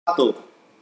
Satu.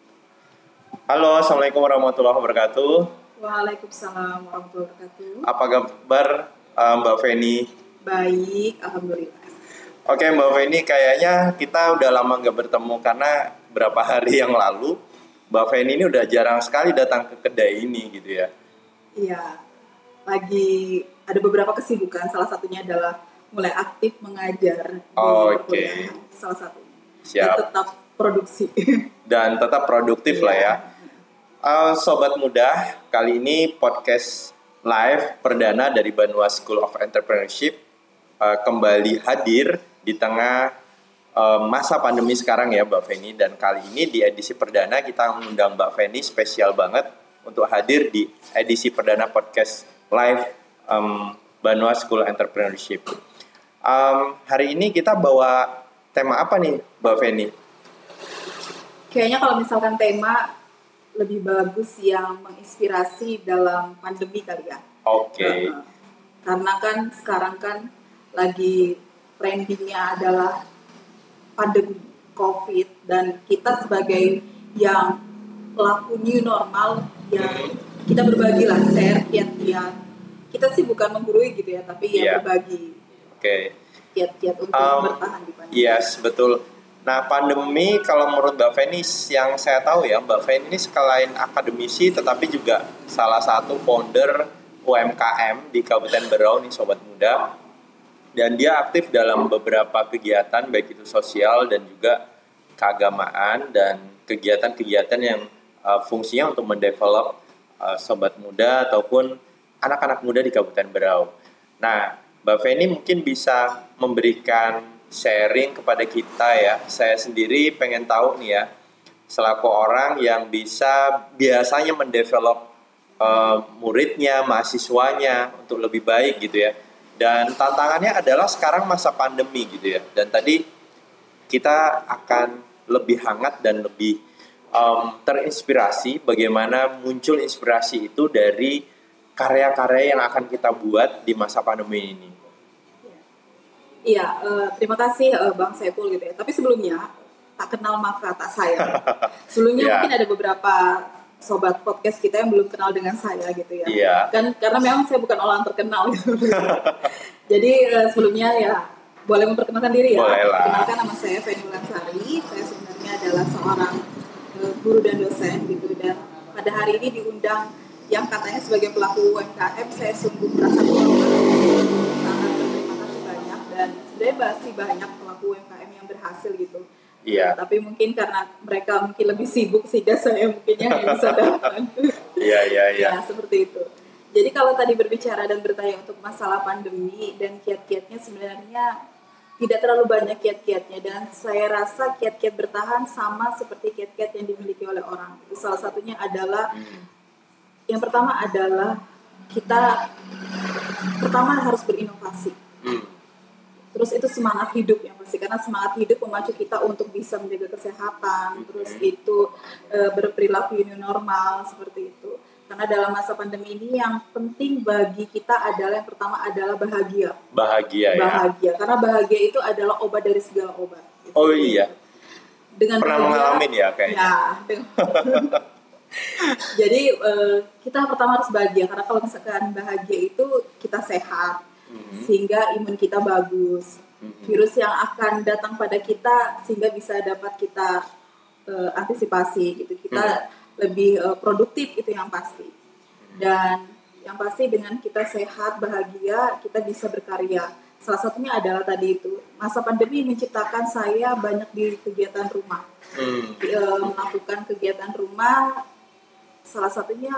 Halo, Assalamualaikum warahmatullahi wabarakatuh. Waalaikumsalam warahmatullahi wabarakatuh. Apa kabar Mbak Feni? Baik, alhamdulillah. Oke Mbak Feni, kayaknya kita udah lama nggak bertemu karena berapa hari yang lalu Mbak Feni ini udah jarang sekali datang ke kedai ini gitu ya. Iya, lagi ada beberapa kesibukan. Salah satunya adalah mulai aktif mengajar di perkuliahan. Salah satunya. Siap. Dan tetap produksi. Dan tetap produktif lah ya. Sobat muda, kali ini podcast live perdana dari Banua School of Entrepreneurship kembali hadir di tengah masa pandemi sekarang ya Mbak Feni. Dan kali ini di edisi perdana kita mengundang Mbak Feni spesial banget untuk hadir di edisi perdana podcast live Banua School Entrepreneurship. Hari ini kita bawa tema apa nih Mbak Feni? Kayaknya kalau misalkan tema lebih bagus yang menginspirasi dalam pandemi kali ya. Oke. Karena kan sekarang kan lagi trendingnya adalah pandemi COVID dan kita sebagai yang pelaku new normal yang kita berbagi lah, share kiat-kiat. Kita sih bukan menggurui gitu ya, tapi ya berbagi. Kiat-kiat untuk bertahan di pandemi. Yes, betul. Nah, pandemi kalau menurut Mbak Feni yang saya tahu ya, Mbak Feni ini selain akademisi tetapi juga salah satu founder UMKM di Kabupaten Berau nih Sobat Muda. Dan dia aktif dalam beberapa kegiatan baik itu sosial dan juga keagamaan dan kegiatan-kegiatan yang fungsinya untuk mendevelop Sobat Muda ataupun anak-anak muda di Kabupaten Berau. Nah, Mbak Feni mungkin bisa memberikan sharing kepada kita ya. Saya sendiri pengen tahu nih ya, selaku orang yang bisa biasanya mendevelop muridnya, mahasiswanya untuk lebih baik gitu ya. Dan tantangannya adalah sekarang masa pandemi gitu ya. Dan tadi kita akan lebih hangat dan lebih terinspirasi bagaimana muncul inspirasi itu dari karya-karya yang akan kita buat di masa pandemi ini. Iya, terima kasih Bang Saiful gitu ya. Tapi sebelumnya, tak kenal maka tak sayang. Sebelumnya mungkin ada beberapa sobat podcast kita yang belum kenal dengan saya gitu ya. Dan karena memang saya bukan orang terkenal gitu. Jadi sebelumnya ya boleh memperkenalkan diri ya. Perkenalkan, nama saya Feni Wulansari. Saya sebenarnya adalah seorang guru dan dosen gitu. Dan pada hari ini diundang yang katanya sebagai pelaku UMKM, saya sungguh merasa sangat berterima kasih banyak. Dan sebenarnya masih banyak pelaku UMKM yang berhasil gitu. Tapi mungkin karena mereka mungkin lebih sibuk sehingga saya mungkinnya hanya bisa datang. Ya, seperti itu. Jadi kalau tadi berbicara dan bertanya untuk masalah pandemi dan kiat-kiatnya, sebenarnya tidak terlalu banyak kiat-kiatnya, dan saya rasa kiat-kiat bertahan sama seperti kiat-kiat yang dimiliki oleh orang. Salah satunya adalah yang pertama adalah kita pertama harus berinovasi. Terus itu semangat hidup yang pasti, karena semangat hidup memacu kita untuk bisa menjaga kesehatan. Terus itu berperilaku new normal seperti itu. Karena dalam masa pandemi ini yang penting bagi kita adalah yang pertama adalah bahagia. Bahagia. Karena bahagia itu adalah obat dari segala obat. Gitu. Oh iya. Dengan pernah mengalami ya kayaknya. Jadi kita pertama harus bahagia, karena kalau misalkan bahagia itu kita sehat, sehingga imun kita bagus, virus yang akan datang pada kita sehingga bisa dapat kita antisipasi gitu, kita lebih produktif, itu yang pasti. Dan yang pasti dengan kita sehat, bahagia, kita bisa berkarya. Salah satunya adalah tadi itu, masa pandemi menciptakan saya banyak di kegiatan rumah, melakukan kegiatan rumah. Salah satunya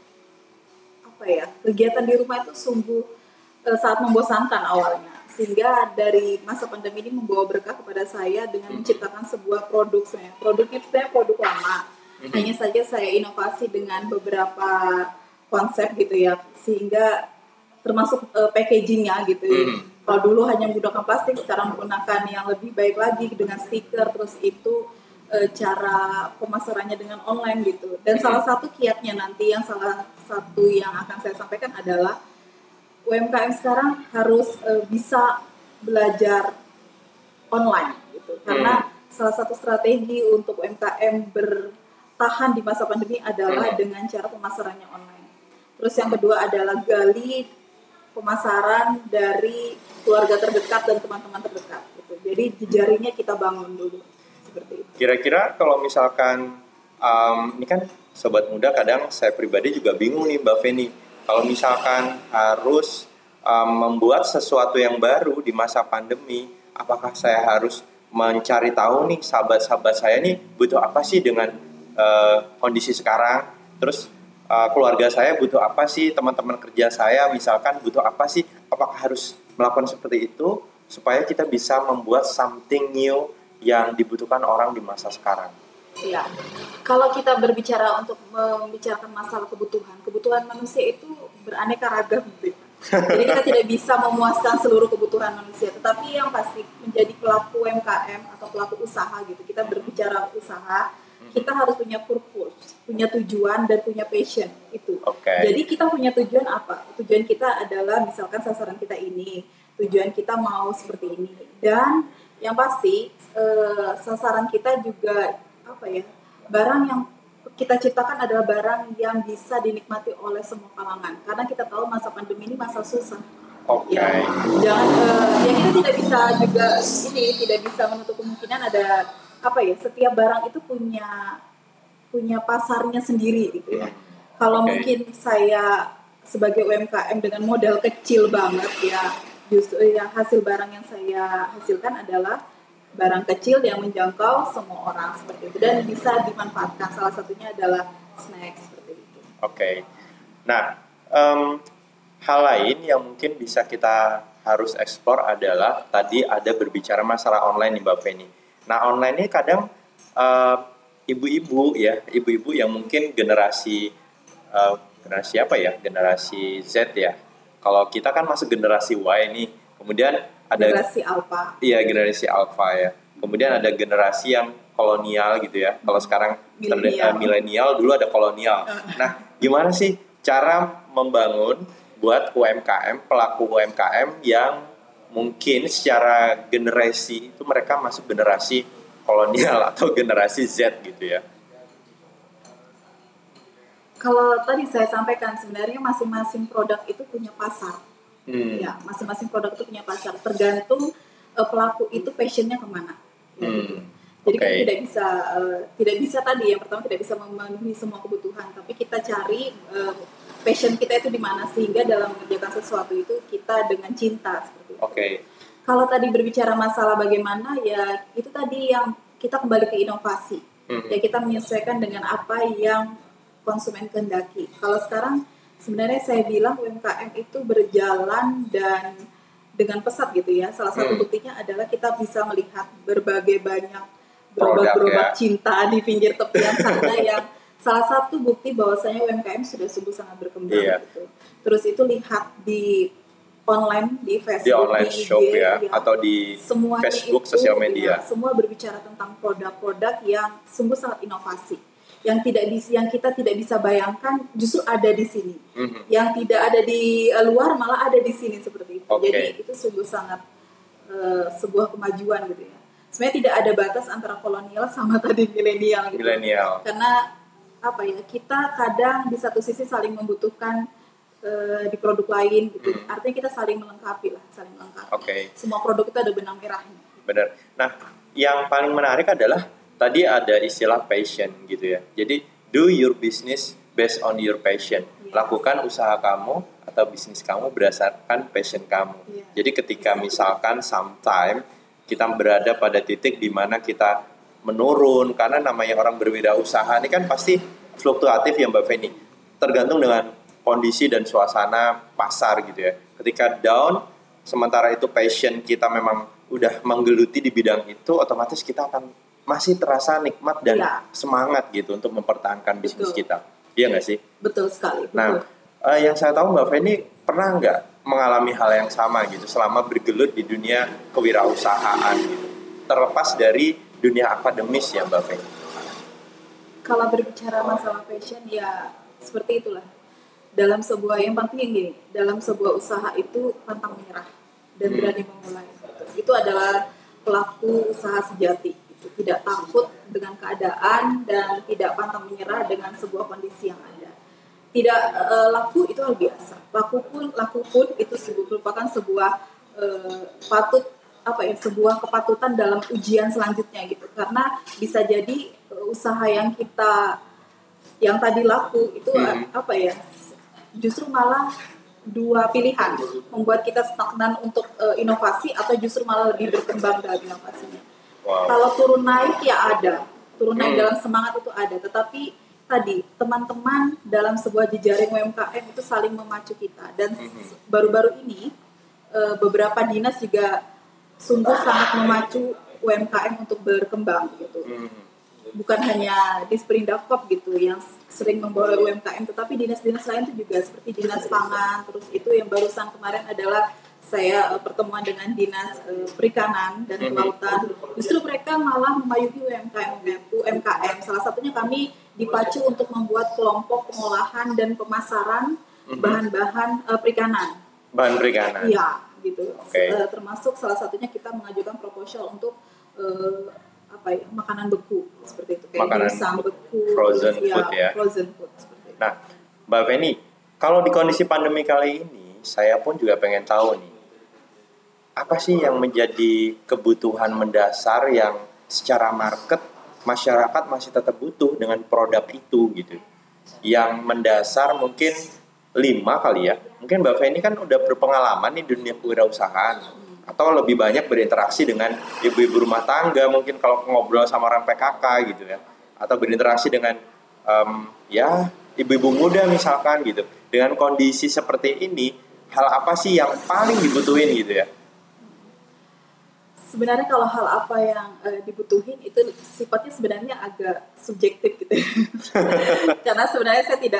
kegiatan di rumah itu sungguh sangat membosankan awalnya, sehingga dari masa pandemi ini membawa berkah kepada saya dengan menciptakan sebuah produk. Produknya itu sebenarnya produk lama, hanya saja saya inovasi dengan beberapa konsep gitu ya, sehingga termasuk packagingnya gitu. Kalau dulu hanya menggunakan plastik, sekarang menggunakan yang lebih baik lagi dengan stiker, terus itu cara pemasarannya dengan online gitu. Dan salah satu kiatnya nanti yang salah satu yang akan saya sampaikan adalah UMKM sekarang harus bisa belajar online gitu. Karena salah satu strategi untuk UMKM bertahan di masa pandemi adalah dengan cara pemasarannya online. Terus yang kedua adalah gali pemasaran dari keluarga terdekat dan teman-teman terdekat. Gitu. Jadi jejaringnya kita bangun dulu seperti itu. Kira-kira kalau misalkan ini kan sobat muda, kadang saya pribadi juga bingung nih Mbak Feni. Kalau misalkan harus membuat sesuatu yang baru di masa pandemi, apakah saya harus mencari tahu nih sahabat-sahabat saya nih butuh apa sih dengan kondisi sekarang, terus keluarga saya butuh apa sih, teman-teman kerja saya misalkan butuh apa sih, apakah harus melakukan seperti itu supaya kita bisa membuat something new yang dibutuhkan orang di masa sekarang? Iya, kalau kita berbicara untuk membicarakan masalah kebutuhan manusia itu beraneka ragam gitu. Jadi kita tidak bisa memuaskan seluruh kebutuhan manusia, tetapi yang pasti menjadi pelaku UMKM atau pelaku usaha gitu. Kita berbicara usaha, kita harus punya purpose, punya tujuan dan punya passion itu. Jadi kita punya tujuan apa? Tujuan kita adalah misalkan sasaran kita ini, tujuan kita mau seperti ini, dan yang pasti sasaran kita juga apa ya? Barang yang kita ciptakan adalah barang yang bisa dinikmati oleh semua kalangan, karena kita tahu masa pandemi ini masa susah. Ya, jangan ya kita tidak bisa juga tidak bisa menutup kemungkinan ada apa ya, setiap barang itu punya pasarnya sendiri gitu ya. Kalau mungkin saya sebagai UMKM dengan modal kecil banget ya, justru ya hasil barang yang saya hasilkan adalah barang kecil yang menjangkau semua orang seperti itu dan bisa dimanfaatkan. Salah satunya adalah snack seperti itu. Nah, hal lain yang mungkin bisa kita harus eksplor adalah tadi ada berbicara masalah online nih Mbak Feni. Nah, online ini kadang ibu-ibu yang mungkin generasi generasi Z ya. Kalau kita kan masuk generasi Y nih, kemudian ada generasi Alpha. Iya, generasi Alpha ya. Kemudian ada generasi yang kolonial gitu ya. Kalau sekarang milenial, dulu ada kolonial. Nah, gimana sih cara membangun buat UMKM, pelaku UMKM yang mungkin secara generasi itu mereka masuk generasi kolonial atau generasi Z gitu ya? Kalau tadi saya sampaikan sebenarnya masing-masing produk itu punya pasar. Ya, masing-masing produk itu punya pasar. Tergantung pelaku itu passionnya kemana. Ya, gitu. Jadi kan tidak bisa tadi yang pertama tidak bisa memenuhi semua kebutuhan, tapi kita cari passion kita itu di mana sehingga dalam mengerjakan sesuatu itu kita dengan cinta seperti itu. Kalau tadi berbicara masalah bagaimana ya itu tadi yang kita kembali ke inovasi. Ya kita menyesuaikan dengan apa yang konsumen kehendaki. Kalau sekarang sebenarnya saya bilang UMKM itu berjalan dan dengan pesat gitu ya. Salah satu buktinya adalah kita bisa melihat berbagai banyak gerobak-gerobak cinta di pinggir tepian sana yang salah satu bukti bahwasanya UMKM sudah sungguh sangat berkembang gitu. Terus itu lihat di online, di Facebook, di online shop ya, atau di Facebook, sosial media. Semua berbicara tentang produk-produk yang sungguh sangat inovasi. Yang kita tidak bisa bayangkan justru ada di sini. Yang tidak ada di luar malah ada di sini seperti itu. Jadi itu sungguh sangat sebuah kemajuan gitu ya. Sebenarnya tidak ada batas antara kolonial sama tadi milenial gitu. Karena apa ya, kita kadang di satu sisi saling membutuhkan di produk lain gitu. Artinya kita saling melengkapi. Semua produk itu ada benang merahnya. Benar. Nah, yang paling menarik adalah tadi ada istilah passion gitu ya. Jadi do your business based on your passion. Lakukan usaha kamu atau bisnis kamu berdasarkan passion kamu. Jadi ketika misalkan sometime kita berada pada titik di mana kita menurun, karena namanya orang berwirausaha ini kan pasti fluktuatif ya Mbak Feni. Tergantung dengan kondisi dan suasana pasar gitu ya. Ketika down, sementara itu passion kita memang udah menggeluti di bidang itu, otomatis kita akan masih terasa nikmat dan semangat gitu untuk mempertahankan bisnis kita. Iya nggak sih? Betul sekali. Nah, yang saya tahu Mbak Feni pernah nggak mengalami hal yang sama gitu selama bergelut di dunia kewirausahaan gitu, terlepas dari dunia akademis ya Mbak Feni? Kalau berbicara masalah passion ya seperti itulah. Dalam sebuah yang penting gini, dalam sebuah usaha itu pantang menyerah dan berani memulai. Itu adalah pelaku usaha sejati. gitu. Tidak takut dengan keadaan dan tidak pantang menyerah dengan sebuah kondisi yang ada. Tidak laku itu hal biasa. Laku pun itu merupakan sebuah sebuah kepatutan dalam ujian selanjutnya gitu. Karena bisa jadi usaha yang tadi laku itu justru malah dua pilihan, membuat kita stagnan untuk inovasi atau justru malah lebih berkembang dalam inovasinya. Wow. Kalau turun naik ya ada, turun naik dalam semangat itu ada, tetapi tadi teman-teman dalam sebuah jejaring UMKM itu saling memacu kita, dan baru-baru ini beberapa dinas juga sungguh sangat memacu UMKM untuk berkembang gitu. Bukan hanya Disperindakom gitu yang sering membawa UMKM, tetapi dinas-dinas lain itu juga seperti Dinas Pangan, terus itu yang barusan kemarin adalah saya pertemuan dengan Dinas Perikanan dan Kelautan. Justru mereka malah memayungi UMKM. Salah satunya kami dipacu untuk membuat kelompok pengolahan dan pemasaran bahan-bahan perikanan. Bahan perikanan. Iya, gitu. Okay. Termasuk salah satunya kita mengajukan proposal untuk makanan beku seperti itu, kayak makanan beku, frozen food ya. Frozen food seperti itu. Nah, Mbak Feni, kalau di kondisi pandemi kali ini, saya pun juga pengen tahu nih, apa sih yang menjadi kebutuhan mendasar yang secara market masyarakat masih tetap butuh dengan produk itu gitu? Yang mendasar mungkin 5 kali ya. Mungkin Mbak Feni kan udah berpengalaman nih dunia kewirausahaan. Atau lebih banyak berinteraksi dengan ibu-ibu rumah tangga, mungkin kalau ngobrol sama orang PKK gitu ya, atau berinteraksi dengan ibu-ibu muda misalkan gitu. Dengan kondisi seperti ini, hal apa sih yang paling dibutuhin gitu ya? Sebenarnya kalau hal apa yang dibutuhin itu sifatnya sebenarnya agak subjektif gitu ya. Karena sebenarnya saya tidak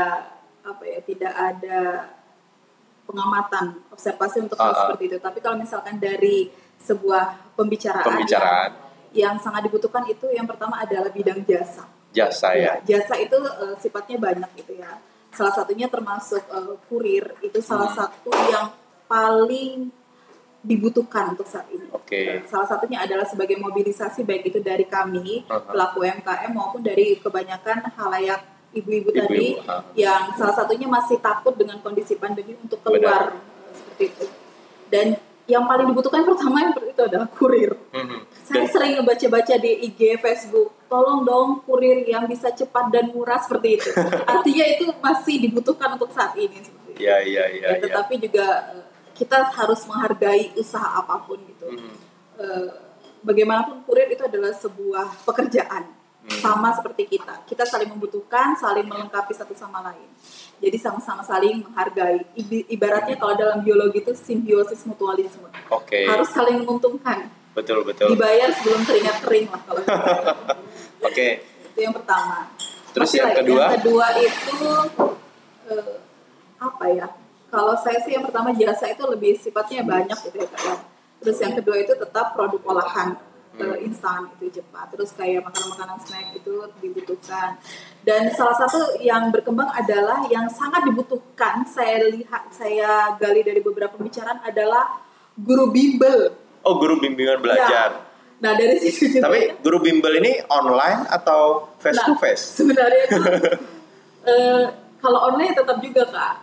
ada pengamatan, observasi untuk hal seperti itu. Tapi kalau misalkan dari sebuah pembicaraan yang sangat dibutuhkan itu yang pertama adalah bidang jasa. Jasa ya. Jasa itu sifatnya banyak gitu ya. Salah satunya termasuk kurir, itu salah satu yang paling dibutuhkan untuk saat ini. Okay. Salah satunya adalah sebagai mobilisasi baik itu dari kami pelaku UMKM maupun dari kebanyakan halayak ibu-ibu tadi yang salah satunya masih takut dengan kondisi pandemi untuk keluar. Seperti itu. Dan yang paling dibutuhkan pertama yang itu adalah kurir. Saya sering baca-baca di IG, Facebook, tolong dong kurir yang bisa cepat dan murah seperti itu. Artinya itu masih dibutuhkan untuk saat ini. Iya. Tetapi juga kita harus menghargai usaha apapun gitu. Bagaimanapun kurir itu adalah sebuah pekerjaan. Sama seperti kita saling membutuhkan, saling melengkapi satu sama lain. Jadi sama-sama saling menghargai. Ibaratnya kalau dalam biologi itu simbiosis mutualisme. Okay. Harus saling menguntungkan. Betul. Dibayar sebelum keringat kering lah kalau gitu. Oke. Itu yang pertama. Terus yang kedua? Yang kedua itu Kalau saya sih yang pertama jasa itu lebih sifatnya banyak gitu ya Kak. Terus yang kedua itu tetap produk olahan. Instan itu cepat, terus kayak makanan-makanan snack itu dibutuhkan, dan salah satu yang berkembang adalah yang sangat dibutuhkan saya gali dari beberapa pembicaraan adalah guru bimbel. Oh, guru bimbingan belajar. Nah dari situ juga. Tapi guru bimbel ini online atau face to face? Sebenarnya itu kalau online tetap juga Kak,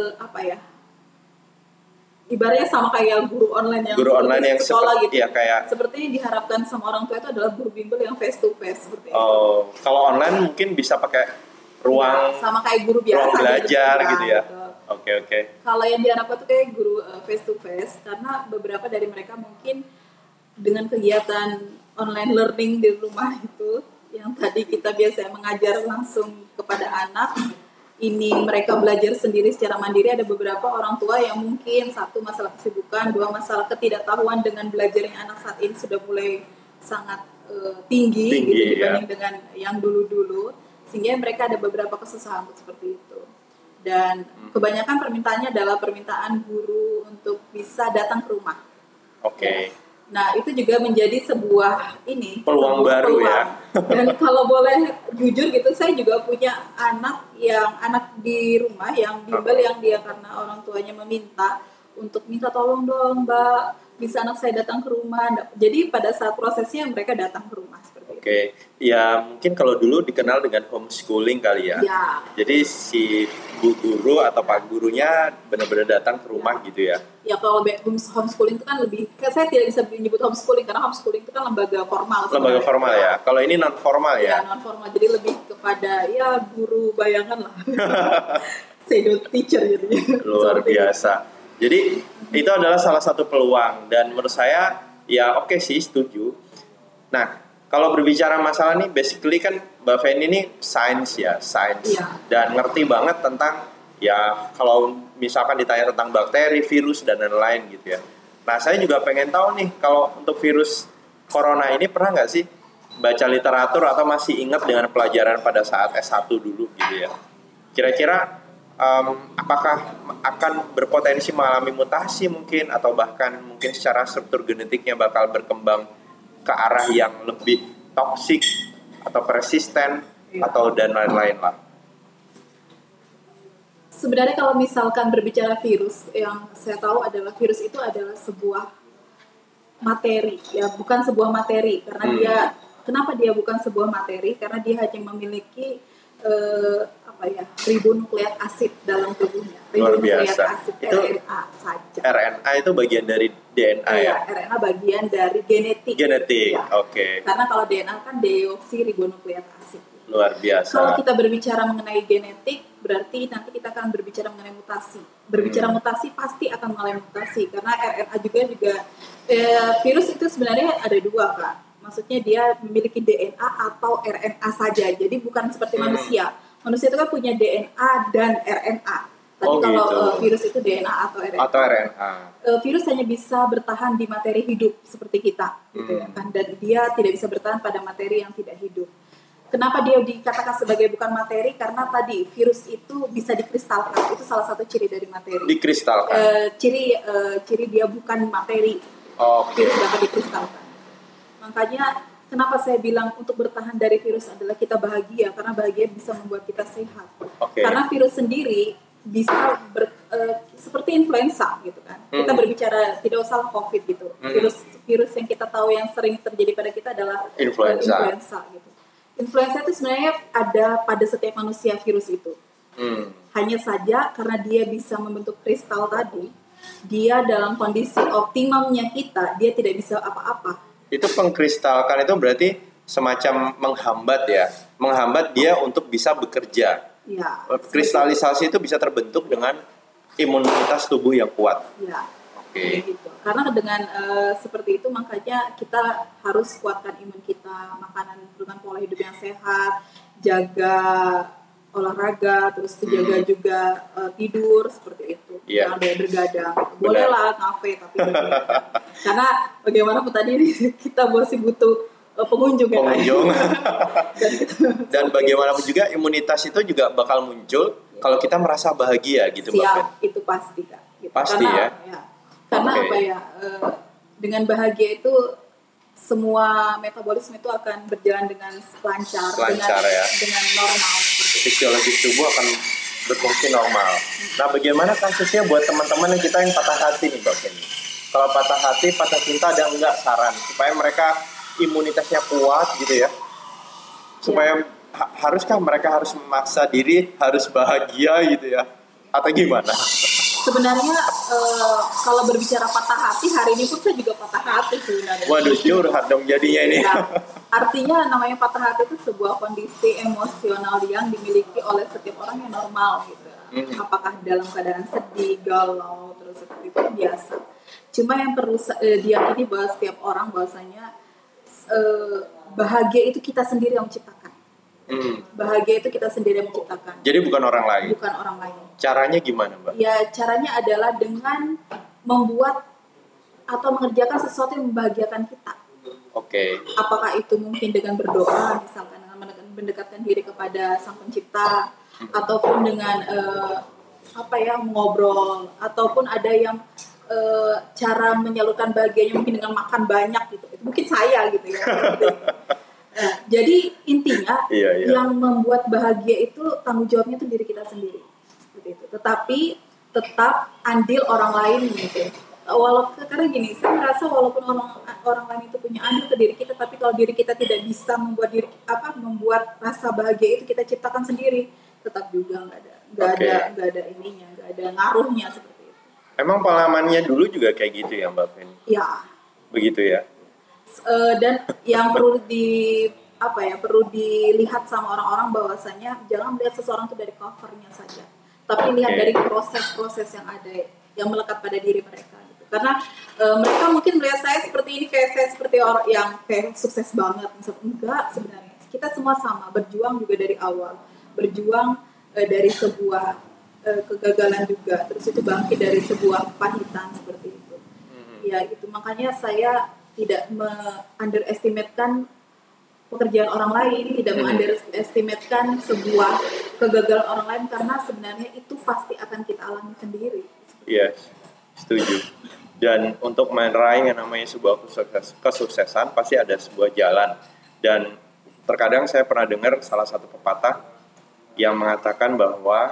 ibaratnya sama kayak guru online yang sekolah gitu. Ya, kayak seperti diharapkan sama orang tua itu adalah guru bimbel yang face to face seperti itu. Oh, kalau online mungkin bisa pakai ruang sama kayak guru biasa ruang belajar gitu ya. Oke. Kalau yang diharapkan itu kayak guru face to face, karena beberapa dari mereka mungkin dengan kegiatan online learning di rumah itu yang tadi kita biasanya mengajar langsung kepada anak, ini mereka belajar sendiri secara mandiri. Ada beberapa orang tua yang mungkin satu masalah kesibukan, dua masalah ketidaktahuan dengan belajarnya anak saat ini sudah mulai sangat tinggi gitu dibanding dengan yang dulu-dulu, sehingga mereka ada beberapa kesusahan seperti itu. Dan kebanyakan permintaannya adalah permintaan guru untuk bisa datang ke rumah. Oke. Nah itu juga menjadi sebuah peluang baru ya. Dan kalau boleh jujur gitu, saya juga punya anak di rumah yang bimbel, yang dia karena orang tuanya minta tolong dong Mbak bisa anak saya datang ke rumah. Jadi pada saat prosesnya mereka datang ke rumah seperti itu. Ya mungkin kalau dulu dikenal dengan homeschooling kali ya. Jadi si bu guru atau pak gurunya benar-benar datang ke rumah gitu ya. Ya kalau homeschooling itu kan lebih, saya tidak bisa menyebut homeschooling karena homeschooling itu kan lembaga formal. Lembaga formal ya. Kalau ini non formal ya. Ya non formal, jadi lebih kepada ya guru bayangan lah. Pseudo teacher gitu. Luar biasa. Jadi itu adalah salah satu peluang dan menurut saya ya oke sih, setuju. Nah, kalau berbicara masalah nih, basically kan Mbak Feni ini sains dan ngerti banget tentang ya kalau misalkan ditanya tentang bakteri, virus dan lain-lain gitu ya. Nah, saya juga pengen tahu nih kalau untuk virus corona ini pernah nggak sih baca literatur atau masih ingat dengan pelajaran pada saat S1 dulu gitu ya. Kira-kira apakah akan berpotensi mengalami mutasi mungkin atau bahkan mungkin secara struktur genetiknya bakal berkembang ke arah yang lebih toksik atau persisten atau dan lain-lain lah. Sebenarnya kalau misalkan berbicara virus, yang saya tahu adalah virus itu adalah sebuah materi, ya bukan sebuah materi karena dia, kenapa dia bukan sebuah materi? Karena dia hanya memiliki ribonukleat asid dalam tubuhnya. Luar biasa. Asid, itu RNA saja. RNA itu bagian dari DNA ya? RNA bagian dari genetik. Ya. Karena kalau DNA kan deoksiribonukleat asid. Luar biasa. Kalau kita berbicara mengenai genetik, berarti nanti kita akan berbicara mengenai mutasi. Berbicara mutasi pasti akan mengalami mutasi karena RNA juga virus itu sebenarnya ada dua, Kak. Maksudnya dia memiliki DNA atau RNA saja. Jadi bukan seperti manusia. Manusia itu kan punya DNA dan RNA. Tapi kalau virus itu DNA atau RNA. Virus hanya bisa bertahan di materi hidup seperti kita, gitu ya kan. Dan dia tidak bisa bertahan pada materi yang tidak hidup. Kenapa dia dikatakan sebagai bukan materi? Karena tadi virus itu bisa dikristalkan. Itu salah satu ciri dari materi. Dikristalkan. Ciri dia bukan materi. Virus dapat dikristalkan. Makanya kenapa saya bilang untuk bertahan dari virus adalah kita bahagia, karena bahagia bisa membuat kita sehat. Karena virus sendiri bisa seperti influenza gitu kan. Kita berbicara tidak usah COVID gitu. Virus yang kita tahu yang sering terjadi pada kita adalah influenza gitu. Influenza itu sebenarnya ada pada setiap manusia virus itu. Hanya saja karena dia bisa membentuk kristal tadi, dia dalam kondisi optimumnya kita, dia tidak bisa apa-apa. Itu pengkristalkan itu berarti semacam menghambat dia untuk bisa bekerja. Ya, kristalisasi itu bisa terbentuk dengan imunitas tubuh yang kuat. Ya, gitu. Karena dengan seperti itu makanya kita harus kuatkan imun kita, makanan dengan pola hidup yang sehat, jaga olahraga, terus jaga juga tidur seperti itu. Jangan banyak bergadang. Boleh lah ngafe tapi karena bagaimanapun tadi kita masih butuh pengunjung. Dan bagaimanapun juga imunitas itu juga bakal muncul kalau kita merasa bahagia gitu. Siap, itu pasti Kak. Gitu. Pasti Karena dengan bahagia itu semua metabolisme itu akan berjalan dengan lancar dengan normal. Fisiologis tubuh akan berfungsi normal. Nah, bagaimana kasusnya buat teman-teman kita yang patah hati nih, Mbak Feni? Kalau patah hati, patah cinta, ada enggak saran supaya mereka imunitasnya kuat gitu ya? Supaya haruskah mereka harus memaksa diri harus bahagia gitu ya? Atau gimana? Sebenarnya kalau berbicara patah hati, hari ini pun saya juga patah hati sebenarnya. Waduh, curhat dong jadinya ini. Ya, artinya namanya patah hati itu sebuah kondisi emosional yang dimiliki oleh setiap orang yang normal gitu. Apakah dalam keadaan sedih, galau, terus seperti itu biasa. Cuma yang perlu diyakini bahwa setiap orang bahwasanya bahagia itu kita sendiri yang menciptakan. Bahagia itu kita sendiri yang menciptakan. Jadi bukan orang lain. Bukan orang lain. Caranya gimana, Mbak? Ya, caranya adalah dengan membuat atau mengerjakan sesuatu yang membahagiakan kita. Apakah itu mungkin dengan berdoa, misalkan dengan mendekatkan diri kepada Sang Pencipta, ataupun dengan mengobrol, ataupun ada yang cara menyalurkan bahagianya mungkin dengan makan banyak gitu. Itu mungkin saya gitu ya. Jadi intinya yang membuat bahagia itu tanggung jawabnya itu diri kita sendiri seperti itu. Tetapi tetap andil orang lain gitu. karena gini, saya merasa walaupun orang lain itu punya andil ke diri kita, tapi kalau diri kita tidak bisa membuat rasa bahagia itu kita ciptakan sendiri, tetap juga nggak ada ininya, nggak ada ngaruhnya seperti itu. Emang pengalamannya dulu juga kayak gitu ya Mbak Feni? Ya. Begitu ya. Dan yang perlu dilihat sama orang-orang bahwasanya jangan melihat seseorang itu dari covernya saja, tapi lihat dari proses-proses yang ada yang melekat pada diri mereka. Karena mereka mungkin melihat saya seperti ini, kayak saya seperti orang yang kayak sukses banget. Enggak, sebenarnya kita semua sama, berjuang juga dari awal, berjuang dari sebuah kegagalan juga, terus itu bangkit dari sebuah kepahitan seperti itu. Ya itu makanya saya tidak underestimatekan pekerjaan orang lain, tidak underestimatekan sebuah kegagalan orang lain, karena sebenarnya itu pasti akan kita alami sendiri. Yes, setuju. Dan untuk meraih yang namanya sebuah kesuksesan pasti ada sebuah jalan. Dan terkadang saya pernah dengar salah satu pepatah yang mengatakan bahwa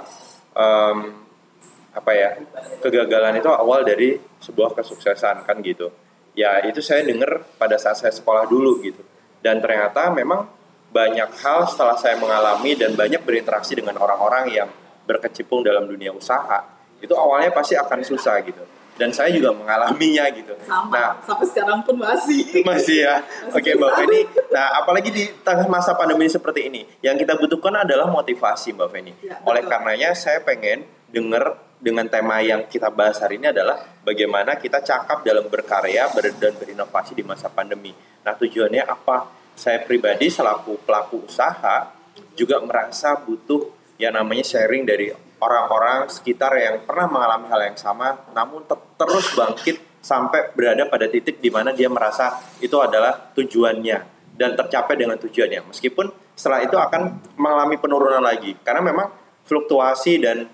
kegagalan itu awal dari sebuah kesuksesan, kan gitu. Ya itu saya dengar pada saat saya sekolah dulu gitu. Dan ternyata memang banyak hal setelah saya mengalami dan banyak berinteraksi dengan orang-orang yang berkecimpung dalam dunia usaha, itu awalnya pasti akan susah gitu. Dan saya juga mengalaminya gitu. Sama, sampai sekarang pun masih ya. Oke, Mbak Feni. Nah, apalagi di tengah masa pandemi seperti ini, yang kita butuhkan adalah motivasi, Mbak Feni. Ya, oleh karenanya saya pengen dengar dengan tema yang kita bahas hari ini adalah bagaimana kita cakap dalam berkarya dan berinovasi di masa pandemi. Nah, tujuannya apa? Saya pribadi selaku pelaku usaha juga merasa butuh yang namanya sharing dari orang-orang sekitar yang pernah mengalami hal yang sama, namun terus bangkit sampai berada pada titik di mana dia merasa itu adalah tujuannya dan tercapai dengan tujuannya. Meskipun setelah itu akan mengalami penurunan lagi, karena memang fluktuasi dan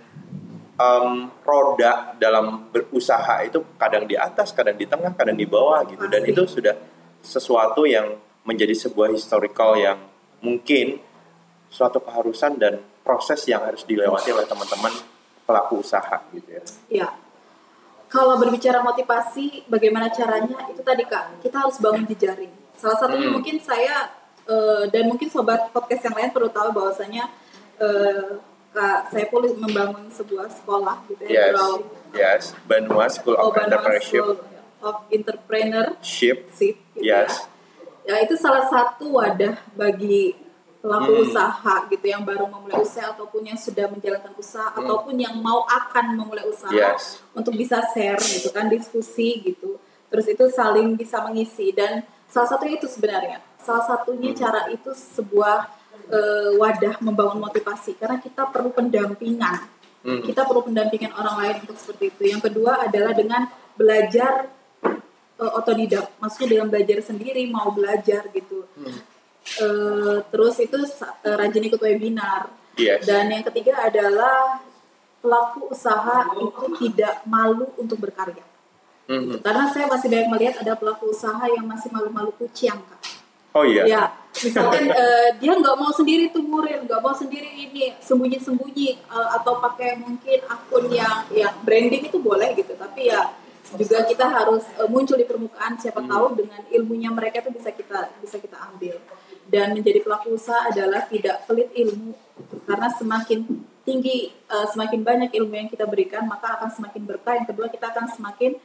roda dalam berusaha itu kadang di atas, kadang di tengah, kadang di bawah gitu. Dan itu sudah sesuatu yang menjadi sebuah historical yang mungkin suatu keharusan dan proses yang harus dilewati oleh teman-teman pelaku usaha gitu ya. Iya. Kalau berbicara motivasi, bagaimana caranya? Itu tadi Kak, kita harus bangun jejaring. Salah satunya mungkin saya dan mungkin sobat podcast yang lain perlu tahu bahwasanya Kak Saiful membangun sebuah sekolah gitu ya. Yes, Banua School of Entrepreneurship. Gitu yes. Ya itu salah satu wadah bagi pelaku usaha gitu yang baru memulai usaha ataupun yang sudah menjalankan usaha ataupun yang mau akan memulai usaha untuk bisa share gitu kan, diskusi gitu. Terus itu saling bisa mengisi dan salah satunya itu sebenarnya. Salah satunya cara itu sebuah wadah membangun motivasi karena kita perlu pendampingan. Kita perlu pendampingan orang lain untuk seperti itu. Yang kedua adalah dengan belajar otodidak, maksudnya dengan belajar sendiri, mau belajar gitu. Terus itu rajin ikut webinar. Dan yang ketiga adalah pelaku usaha itu tidak malu untuk berkarya. Karena saya masih banyak melihat ada pelaku usaha yang masih malu-malu kucing Kak. Oh iya. Ya, misalkan dia nggak mau sendiri tumurin, nggak mau sendiri ini sembunyi-sembunyi atau pakai mungkin akun yang branding itu boleh gitu, tapi ya juga kita harus muncul di permukaan, siapa tahu dengan ilmunya mereka itu bisa kita ambil. Dan menjadi pelaku usaha adalah tidak pelit ilmu, karena semakin tinggi, semakin banyak ilmu yang kita berikan, maka akan semakin berkah. Yang kedua, kita akan semakin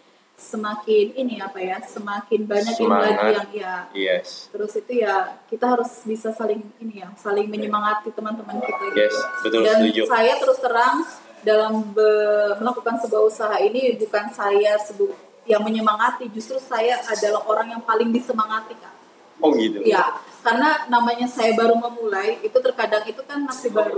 semakin banyak ilmu lagi yang terus itu ya kita harus bisa saling menyemangati teman-teman kita gitu. Betul, dan setuju. Saya terus terang dalam melakukan sebuah usaha ini bukan saya yang menyemangati, justru saya adalah orang yang paling disemangati Kak. Oh gitu. Ya, karena namanya saya baru memulai, itu terkadang itu kan masih baru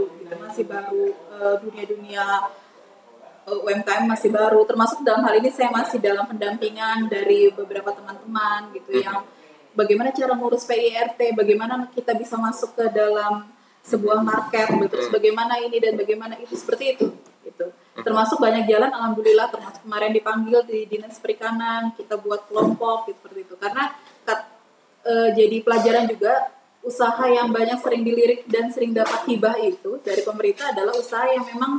dunia UMKM masih baru, termasuk dalam hal ini saya masih dalam pendampingan dari beberapa teman-teman gitu yang bagaimana cara ngurus PIRT, bagaimana kita bisa masuk ke dalam sebuah market, terus bagaimana ini dan bagaimana itu, seperti itu gitu. Termasuk banyak jalan, alhamdulillah, termasuk kemarin dipanggil di Dinas Perikanan, kita buat kelompok gitu, seperti itu. Karena jadi pelajaran juga, usaha yang banyak sering dilirik dan sering dapat hibah itu dari pemerintah adalah usaha yang memang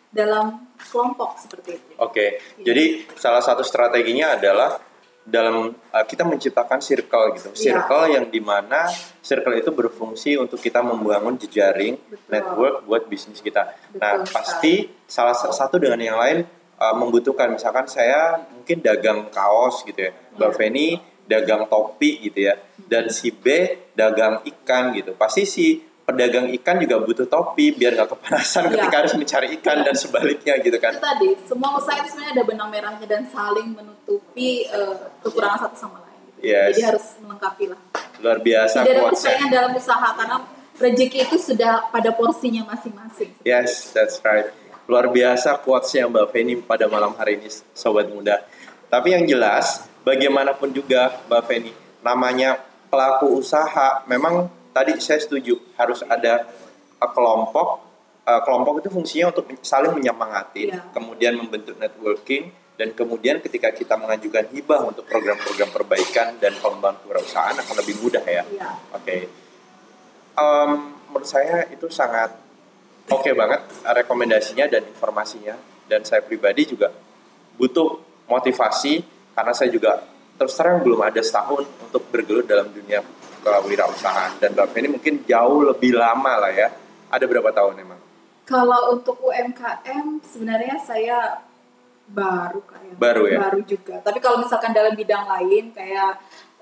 dalam kelompok seperti itu. Oke. Jadi salah satu strateginya adalah dalam kita menciptakan circle gitu. Circle yang dimana circle itu berfungsi untuk kita membangun jejaring network buat bisnis kita. Nah, pasti salah satu dengan yang lain membutuhkan. Misalkan saya mungkin dagang kaos gitu ya. Mbak Feni dagang topi gitu ya. Dan si B dagang ikan gitu. Pasti si pedagang ikan juga butuh topi biar nggak kepanasan ketika harus mencari ikan dan sebaliknya gitu kan. Itu tadi, semua usaha itu sebenarnya ada benang merahnya dan saling menutupi kekurangan satu sama lain. Gitu. Jadi harus melengkapi lah. Luar biasa. Tidak ada persaingan dalam usaha karena rezeki itu sudah pada porsinya masing-masing. Yes, that's right. Luar biasa quotes-nya Mbak Feni pada malam hari ini, Sobat Muda. Tapi yang jelas, bagaimanapun juga Mbak Feni, namanya pelaku usaha memang tadi saya setuju harus ada kelompok. Kelompok itu fungsinya untuk saling menyemangati, kemudian membentuk networking, dan kemudian ketika kita mengajukan hibah untuk program-program perbaikan dan pengembangan kewirausahaan akan lebih mudah ya. Oke. Menurut saya itu sangat oke banget rekomendasinya dan informasinya, dan saya pribadi juga butuh motivasi karena saya juga terus terang belum ada setahun untuk bergelut dalam dunia kewirausahaan, dan Mbak Feni mungkin jauh lebih lama lah ya. Ada berapa tahun emang? Kalau untuk UMKM sebenarnya saya baru baru juga. Tapi kalau misalkan dalam bidang lain kayak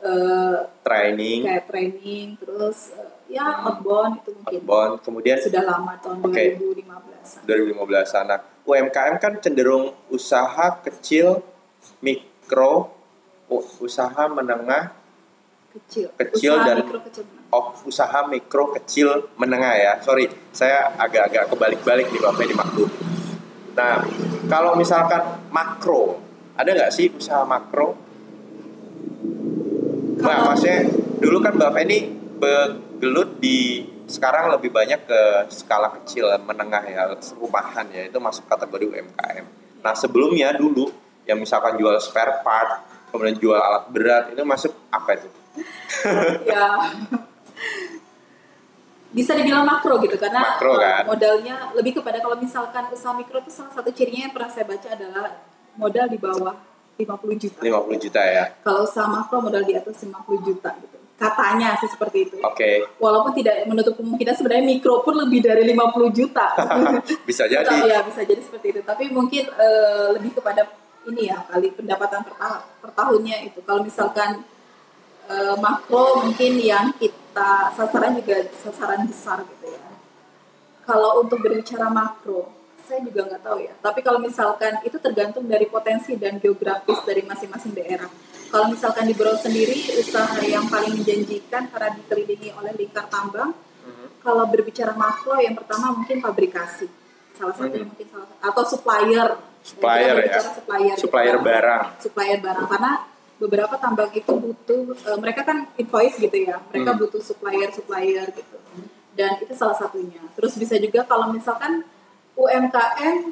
training terus outbound itu mungkin. Outbound, kemudian sudah lama tahun 2015. 2015. Nah, UMKM kan cenderung usaha kecil, mikro, usaha menengah, kecil dan usaha mikro kecil menengah ya. Sorry, saya agak-agak kebalik-balik nih Bapak di maklum. Nah, kalau misalkan makro, ada nggak sih usaha makro? Nah, maksudnya dulu kan Mbak Feni bergelut di sekarang lebih banyak ke skala kecil menengah ya, rumahan ya, itu masuk kategori UMKM. Nah, sebelumnya dulu yang misalkan jual spare part, kemudian jual alat berat, itu masuk apa itu? Ya bisa dibilang makro gitu karena kan? Modalnya lebih kepada kalau misalkan usaha mikro itu salah satu cirinya yang pernah saya baca adalah modal di bawah 50 juta. 50 juta ya. Kalau usaha makro modal di atas 50 juta gitu. Katanya sih seperti itu. Oke. Walaupun tidak menutup kemungkinan sebenarnya mikro pun lebih dari 50 juta. Bisa jadi. Ya, bisa jadi seperti itu. Tapi mungkin lebih kepada ini ya kali pendapatan per tahunnya itu. Kalau misalkan makro mungkin yang kita sasaran juga sasaran besar gitu ya. Kalau untuk berbicara makro, saya juga nggak tahu ya. Tapi kalau misalkan itu tergantung dari potensi dan geografis dari masing-masing daerah. Kalau misalkan di Berau sendiri usaha yang paling menjanjikan karena dikelilingi oleh lingkar tambang. Kalau berbicara makro, yang pertama mungkin pabrikasi, salah satunya mungkin atau supplier ya. Supplier barang karena beberapa tambang itu butuh mereka kan invoice gitu ya, mereka butuh supplier gitu, dan itu salah satunya. Terus bisa juga kalau misalkan UMKM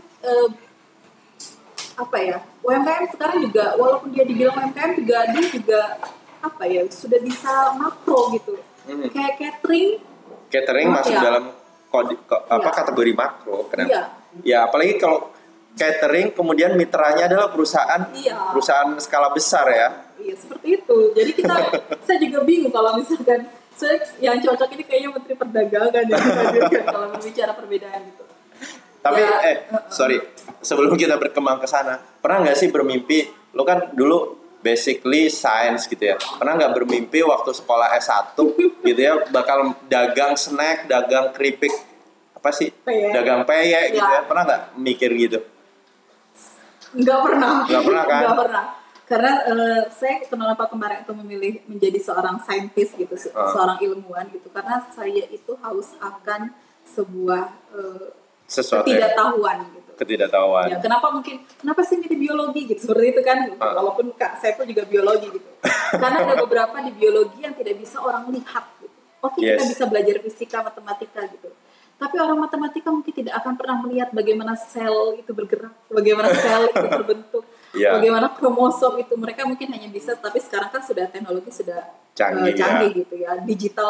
UMKM sekarang juga walaupun dia dibilang UMKM juga dia juga sudah bisa makro gitu, kayak catering masuk dalam kategori makro. Kenapa? Ya apalagi kalau catering kemudian mitranya adalah perusahaan skala besar ya. Iya seperti itu. Jadi saya juga bingung kalau misalkan yang cocok ini kayaknya Menteri Perdagangan ya kalau berbicara perbedaan gitu. Tapi sorry, sebelum kita berkembang ke sana, pernah nggak sih bermimpi? Lo kan dulu basically science gitu ya. Pernah nggak bermimpi waktu sekolah S1 gitu ya bakal dagang snack, dagang keripik dagang peyek gitu ya? Pernah nggak mikir gitu? Nggak pernah kan? Nggak pernah. Karena saya kenapa kemarin itu memilih menjadi seorang saintis gitu, seorang ilmuwan gitu. Karena saya itu haus akan sebuah ketidaktahuan gitu. Ketidaktahuan. Ya, kenapa sih milih biologi gitu? Seperti itu kan. Walaupun Kak Saiful juga biologi gitu. Karena ada beberapa di biologi yang tidak bisa orang lihat gitu. Kita bisa belajar fisika, matematika gitu. Tapi orang matematika mungkin tidak akan pernah melihat bagaimana sel itu bergerak, bagaimana sel itu terbentuk, bagaimana kromosom itu. Mereka mungkin hanya bisa, tapi sekarang kan sudah teknologi sudah canggih gitu ya. Digital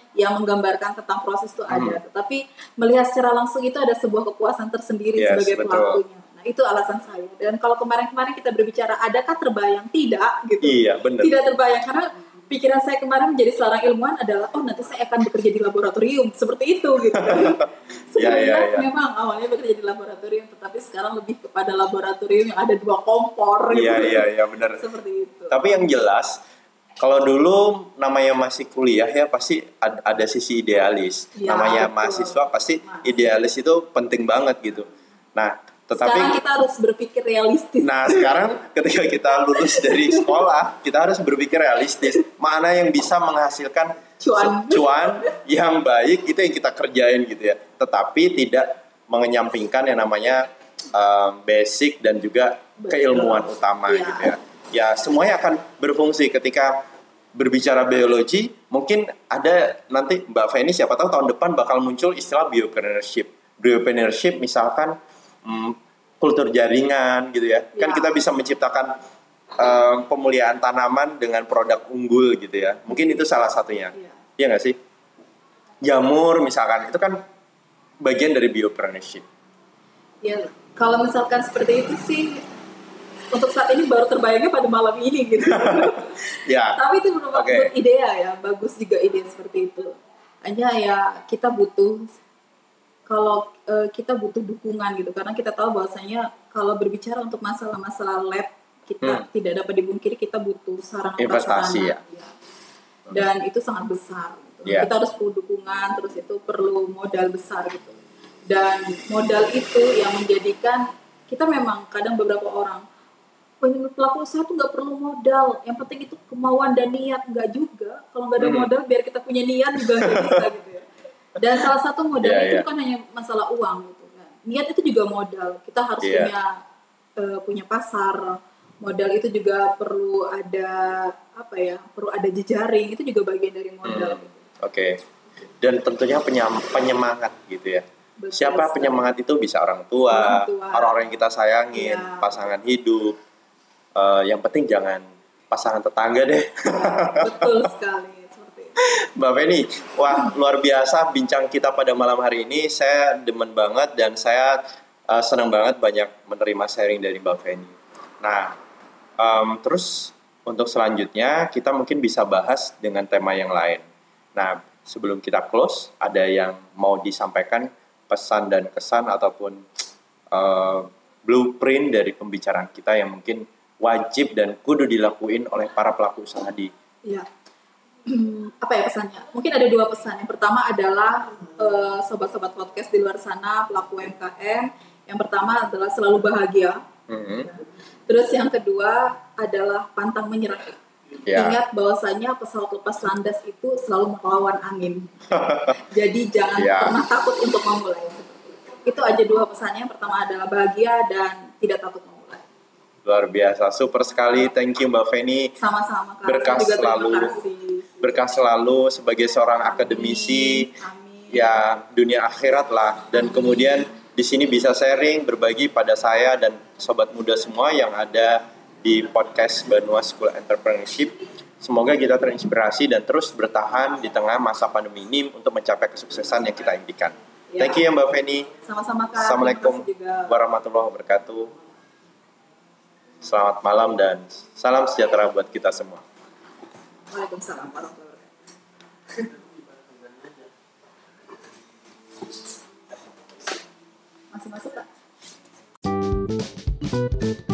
yang menggambarkan tentang proses itu ada, tetapi melihat secara langsung itu ada sebuah kepuasan tersendiri sebagai pelakunya. Nah, itu alasan saya. Dan kalau kemarin-kemarin kita berbicara, adakah terbayang? Tidak, gitu. Iya, benar. Tidak terbayang, karena pikiran saya kemarin menjadi seorang ilmuwan adalah, oh nanti saya akan bekerja di laboratorium, seperti itu, gitu. Sebenarnya memang awalnya bekerja di laboratorium, tetapi sekarang lebih kepada laboratorium yang ada 2 kompor, gitu. Iya, benar. Seperti itu. Tapi yang jelas, kalau dulu namanya masih kuliah ya pasti ada sisi idealis. Ya, namanya betul. Mahasiswa pasti idealis itu penting banget gitu. Nah, tetapi sekarang kita harus berpikir realistis. Nah, sekarang ketika kita lulus dari sekolah, kita harus berpikir realistis. Mana yang bisa menghasilkan cuan yang baik itu yang kita kerjain gitu ya. Tetapi tidak mengenyampingkan yang namanya basic dan juga keilmuan utama gitu ya. Ya, semuanya akan berfungsi ketika berbicara biologi. Mungkin ada nanti Mbak Feni siapa tahu tahun depan bakal muncul istilah biopreneurship. Biopreneurship misalkan kultur jaringan gitu ya. Kan kita bisa menciptakan pemuliaan tanaman dengan produk unggul gitu ya. Mungkin itu salah satunya. Iya nggak sih? Jamur misalkan, itu kan bagian dari biopreneurship. Ya, kalau misalkan seperti itu sih untuk saat ini baru terbayangnya pada malam ini gitu. Ya. Tapi itu merupakan ide ya, bagus juga ide seperti itu. Hanya ya kita butuh, kalau kita butuh dukungan gitu, karena kita tahu bahwasanya kalau berbicara untuk masalah-masalah lab kita tidak dapat dipungkiri kita butuh sarana investasi ya. Dan itu sangat besar gitu. Kita harus perlu dukungan, terus itu perlu modal besar gitu. Dan modal itu yang menjadikan kita memang kadang beberapa orang pelaku usaha tuh nggak perlu modal, yang penting itu kemauan dan niat. Nggak juga, kalau nggak ada modal biar kita punya niat juga nggak bisa gitu ya. Dan salah satu modal itu bukan hanya masalah uang gitu kan. Niat itu juga modal. Kita harus punya pasar. Modal itu juga perlu ada perlu ada jejaring. Itu juga bagian dari modal. Gitu. Oke. Dan tentunya penyemangat gitu ya. Betul, siapa penyemangat itu? Bisa orang tua, orang-orang yang kita sayangin, pasangan hidup. Yang penting jangan pasangan tetangga deh. Betul sekali. Mbak Feni, wah luar biasa bincang kita pada malam hari ini. Saya demen banget dan saya senang banget banyak menerima sharing dari Mbak Feni. Nah, terus untuk selanjutnya kita mungkin bisa bahas dengan tema yang lain. Nah, sebelum kita close, ada yang mau disampaikan pesan dan kesan ataupun blueprint dari pembicaraan kita yang mungkin wajib dan kudu dilakuin oleh para pelaku usaha di apa ya pesannya? Mungkin ada 2 pesan. Yang pertama adalah sobat-sobat podcast di luar sana, pelaku UMKM. Yang pertama adalah selalu bahagia. Terus yang kedua adalah pantang menyerah. Ingat bahwasanya pesawat lepas landas itu selalu melawan angin. Jadi jangan pernah takut untuk memulai. Itu aja 2 pesannya. Yang pertama adalah bahagia dan tidak takut memulai. Luar biasa, super sekali. Thank you Mbak Feni. Sama-sama Kak. Berkah selalu sebagai seorang akademisi. Amin. Ya dunia akhirat lah. Dan kemudian di sini bisa sharing, berbagi pada saya dan sobat muda semua yang ada di podcast Banua School Entrepreneurship. Semoga kita terinspirasi dan terus bertahan di tengah masa pandemi ini untuk mencapai kesuksesan yang kita impikan. Thank you ya Mbak Feni. Sama-sama Kak. Assalamualaikum warahmatullahi wabarakatuh. Selamat malam dan salam sejahtera buat kita semua. Waalaikumsalam warahmatullahi wabarakatuh. Masih masuk Kak?